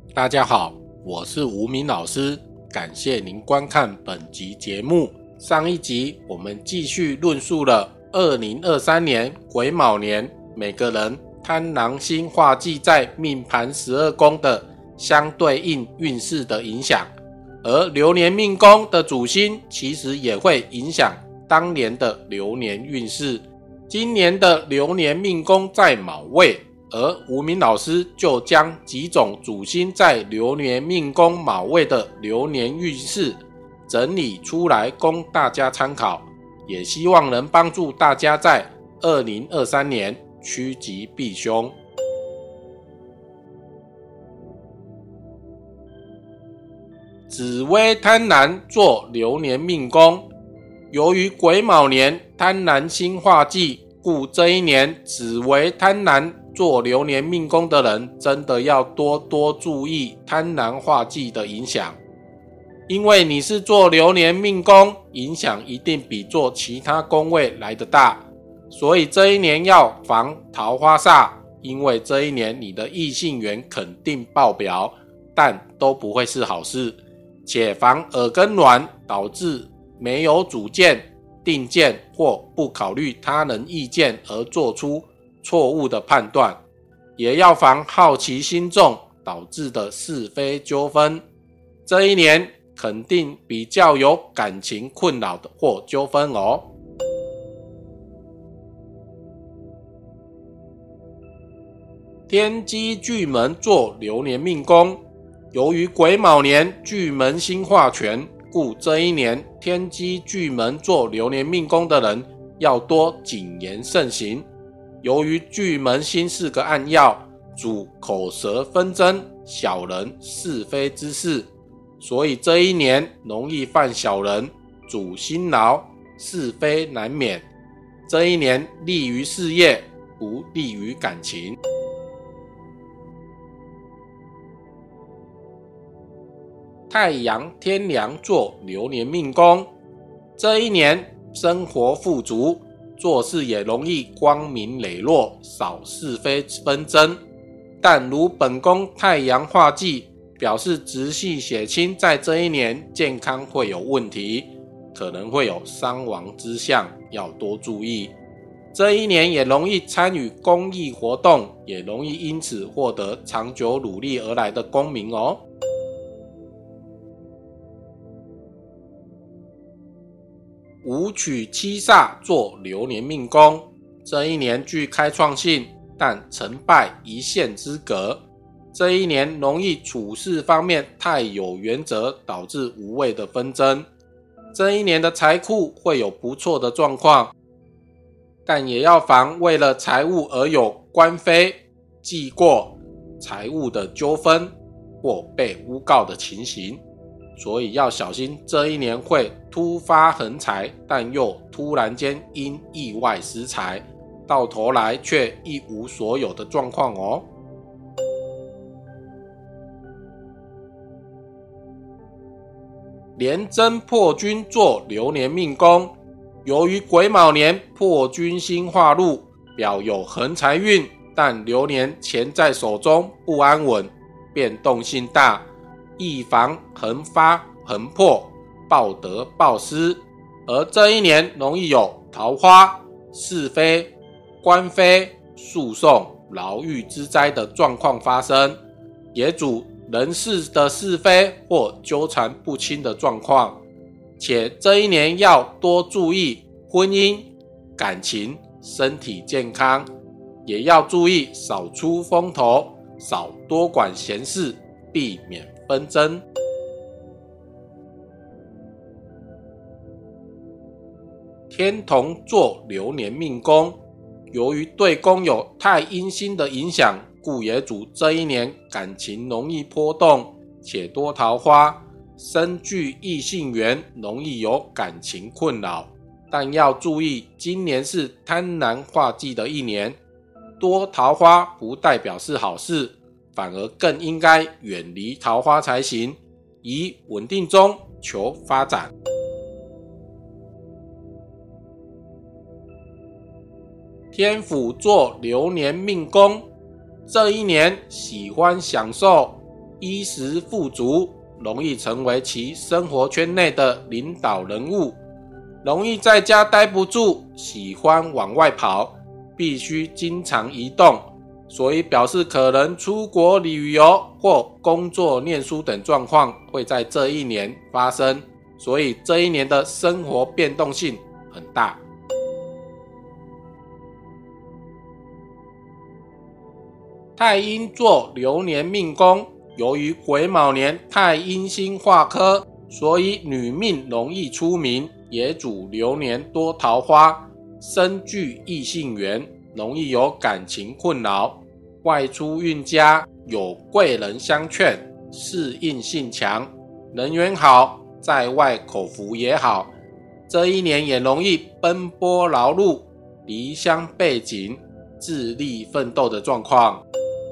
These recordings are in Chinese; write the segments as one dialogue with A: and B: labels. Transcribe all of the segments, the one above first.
A: 大家好，我是吴明老师，感谢您观看本集节目。上一集我们继续论述了2023年癸卯年每个人贪狼星化忌在命盘12宫的相对应运势的影响，而流年命宫的主星其实也会影响当年的流年运势。今年的流年命宫在卯位，而吴明老师就将几种主星在流年命宫卯位的流年运势整理出来供大家参考，也希望能帮助大家在2023年趋吉避凶。紫微贪婪做流年命宫，由于癸卯年贪婪星化忌，故这一年紫微贪婪做流年命宫的人真的要多注意贪婪化忌的影响，因为你是做流年命宫，影响一定比做其他宫位来得大，所以这一年要防桃花煞，因为这一年你的异性缘肯定爆表，但都不会是好事，且防耳根软，导致没有主见、定见或不考虑他人意见而做出错误的判断，也要防好奇心重导致的是非纠纷。这一年肯定比较有感情困扰的或纠纷哦。天机巨门做流年命宫，由于癸卯年巨门星化权，故这一年天机巨门做流年命宫的人要多谨言慎行。由于巨门星是个暗曜，主口舌纷争、小人是非之事，所以这一年容易犯小人，主辛劳，是非难免。这一年利于事业，不利于感情。太阳天梁做流年命宫，这一年生活富足，做事也容易光明磊落，少是非纷争。但如本宫太阳化忌，表示直系血亲在这一年健康会有问题，可能会有伤亡之象，要多注意。这一年也容易参与公益活动，也容易因此获得长久努力而来的功名哦。武曲七煞做流年命宫，这一年具开创性，但成败一线之隔。这一年容易处事方面太有原则，导致无谓的纷争。这一年的财库会有不错的状况，但也要防为了财务而有官非、记过、财务的纠纷或被诬告的情形。所以要小心，这一年会突发横财，但又突然间因意外失财，到头来却一无所有的状况哦。廉贞破军做流年命宫，由于癸卯年破军星化禄，表有横财运，但流年钱在手中不安稳，变动性大，易防横发横破，报得报失。而这一年容易有桃花、是非、官非、诉讼、牢狱之灾的状况发生，也主人事的是非或纠缠不清的状况。且这一年要多注意婚姻、感情、身体健康，也要注意少出风头，少多管闲事，避免纷争。天同做流年命宫，由于对宫有太阴星的影响，故也主这一年感情容易波动，且多桃花，身具异性缘，容易有感情困扰。但要注意，今年是贪婪化忌的一年，多桃花不代表是好事，反而更应该远离桃花才行，以稳定中求发展。天府做流年命宫，这一年喜欢享受， 衣食富足，容易成为其生活圈内的领导人物，容易在家待不住，喜欢往外跑，必须经常移动，所以表示可能出国旅游或工作念书等状况会在这一年发生，所以这一年的生活变动性很大。太阴坐流年命宫，由于癸卯年太阴星化科，所以女命容易出名，也主流年多桃花，深具异性缘，容易有感情困扰，外出运佳，有贵人相劝，适应性强，人缘好，在外口福也好。这一年也容易奔波劳碌，离乡背井，自立奋斗的状况。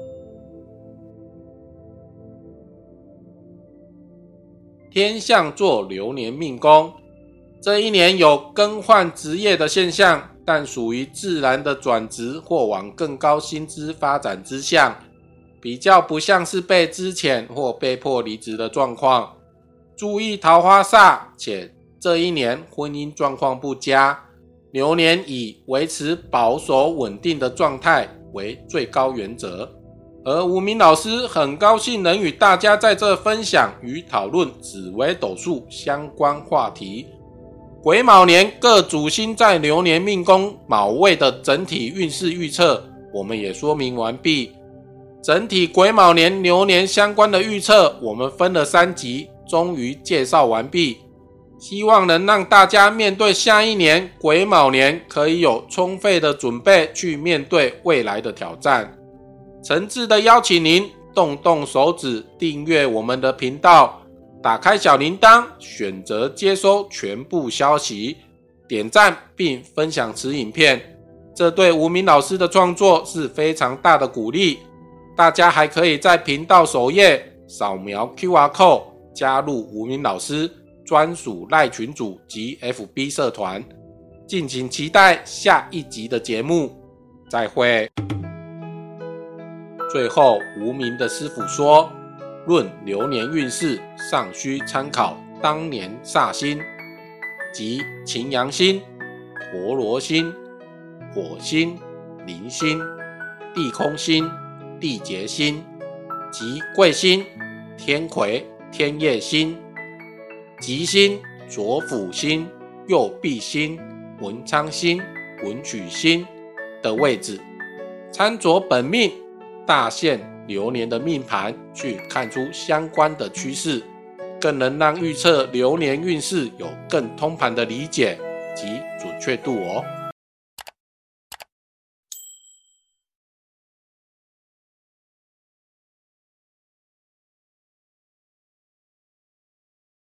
A: 天相坐流年命宫，这一年有更换职业的现象，但属于自然的转职或往更高薪资发展之象，比较不像是被资遣或被迫离职的状况。注意桃花煞，且这一年婚姻状况不佳，流年以维持保守稳定的状态为最高原则。而吴明老师很高兴能与大家在这分享与讨论紫微斗数相关话题。癸卯年各主星在流年命宫卯位的整体运势预测，我们也说明完毕。整体癸卯年流年相关的预测，我们分了3集，终于介绍完毕。希望能让大家面对下一年癸卯年，可以有充分的准备去面对未来的挑战。诚挚的邀请您动动手指订阅我们的频道，打开小铃铛，选择接收全部消息，点赞并分享此影片，这对吴明老师的创作是非常大的鼓励。大家还可以在频道首页扫描 QR Code 加入吴明老师专属赖群组及 FB 社团，敬请期待下一集的节目，再会。最后，无名的师傅说，论流年运势尚需参考当年煞星，即擎羊星、陀罗星、火星、铃星、地空星、地劫星及贵星、天魁、天业星、吉星、左辅星、右弼星、文昌星、文曲星的位置，参酌本命大限流年的命盘，去看出相关的趋势，更能让预测流年运势有更通盘的理解及准确度哦。